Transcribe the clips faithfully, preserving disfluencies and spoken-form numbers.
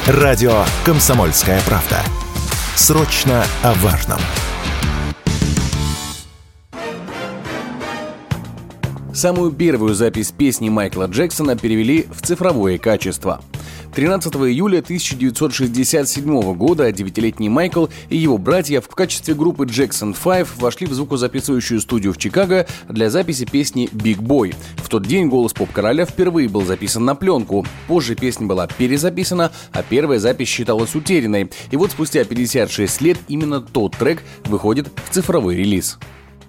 Радио «Комсомольская правда». Срочно о важном. Самую первую запись песни Майкла Джексона перевели в цифровое качество. тринадцатого июля тысяча девятьсот шестьдесят седьмого года девятилетний Майкл и его братья в качестве группы Jackson пять вошли в звукозаписывающую студию в Чикаго для записи песни «Big Boy». В тот день голос поп-короля впервые был записан на пленку. Позже песня была перезаписана, а первая запись считалась утерянной. И вот спустя пятьдесят шесть лет именно тот трек выходит в цифровой релиз.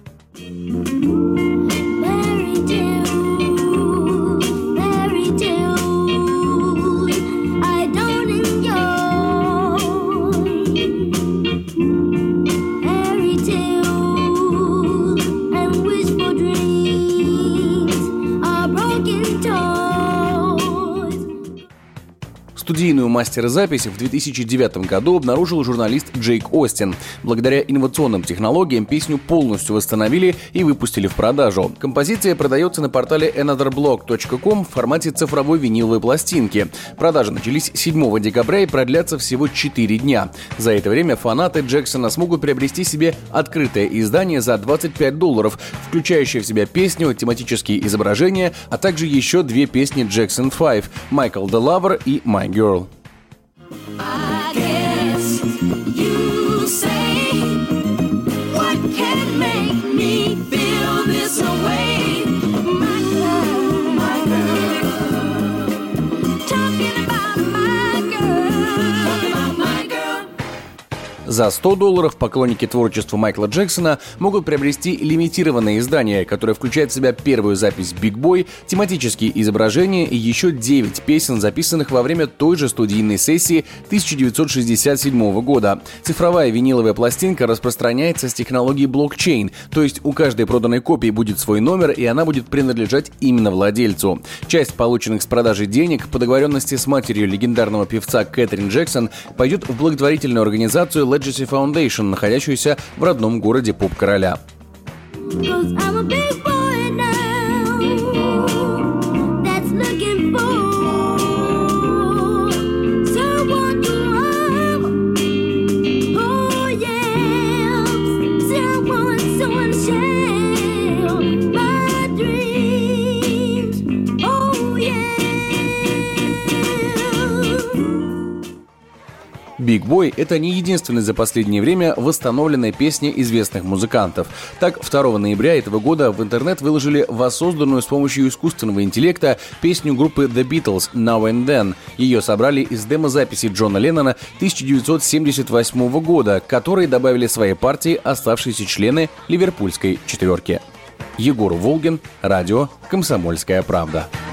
Студийную мастерзапись в две тысячи девятом году обнаружил журналист Джейк Остин. Благодаря инновационным технологиям песню полностью восстановили и выпустили в продажу. Композиция продается на портале another blog точка com в формате цифровой виниловой пластинки. Продажи начались седьмого декабря и продлятся всего четыре дня. За это время фанаты Джексона смогут приобрести себе открытое издание за двадцать пять долларов, включающее в себя песню, тематические изображения, а также еще две песни Jackson пять – «Michael the Lover» и «My Girl». I guess you say, what can make me feel this way? My girl, my girl, talking about my girl, talking about my girl. За сто долларов поклонники творчества Майкла Джексона могут приобрести лимитированное издание, которое включает в себя первую запись «Big Boy», тематические изображения и еще девять песен, записанных во время той же студийной сессии тысяча девятьсот шестьдесят седьмого года. Цифровая виниловая пластинка распространяется с технологией блокчейн, то есть у каждой проданной копии будет свой номер, и она будет принадлежать именно владельцу. Часть полученных с продажи денег по договоренности с матерью легендарного певца Кэтрин Джексон пойдет в благотворительную организацию Legacy Foundation, находящуюся в родном городе поп-короля. «Big Boy» — это не единственная за последнее время восстановленная песня известных музыкантов. Так, второго ноября этого года в интернет выложили воссозданную с помощью искусственного интеллекта песню группы The Beatles «Now and Then». Ее собрали из демозаписи Джона Леннона тысяча девятьсот семьдесят восьмого года, к которой добавили свои партии оставшиеся члены ливерпульской четверки. Егор Волгин, радио «Комсомольская правда».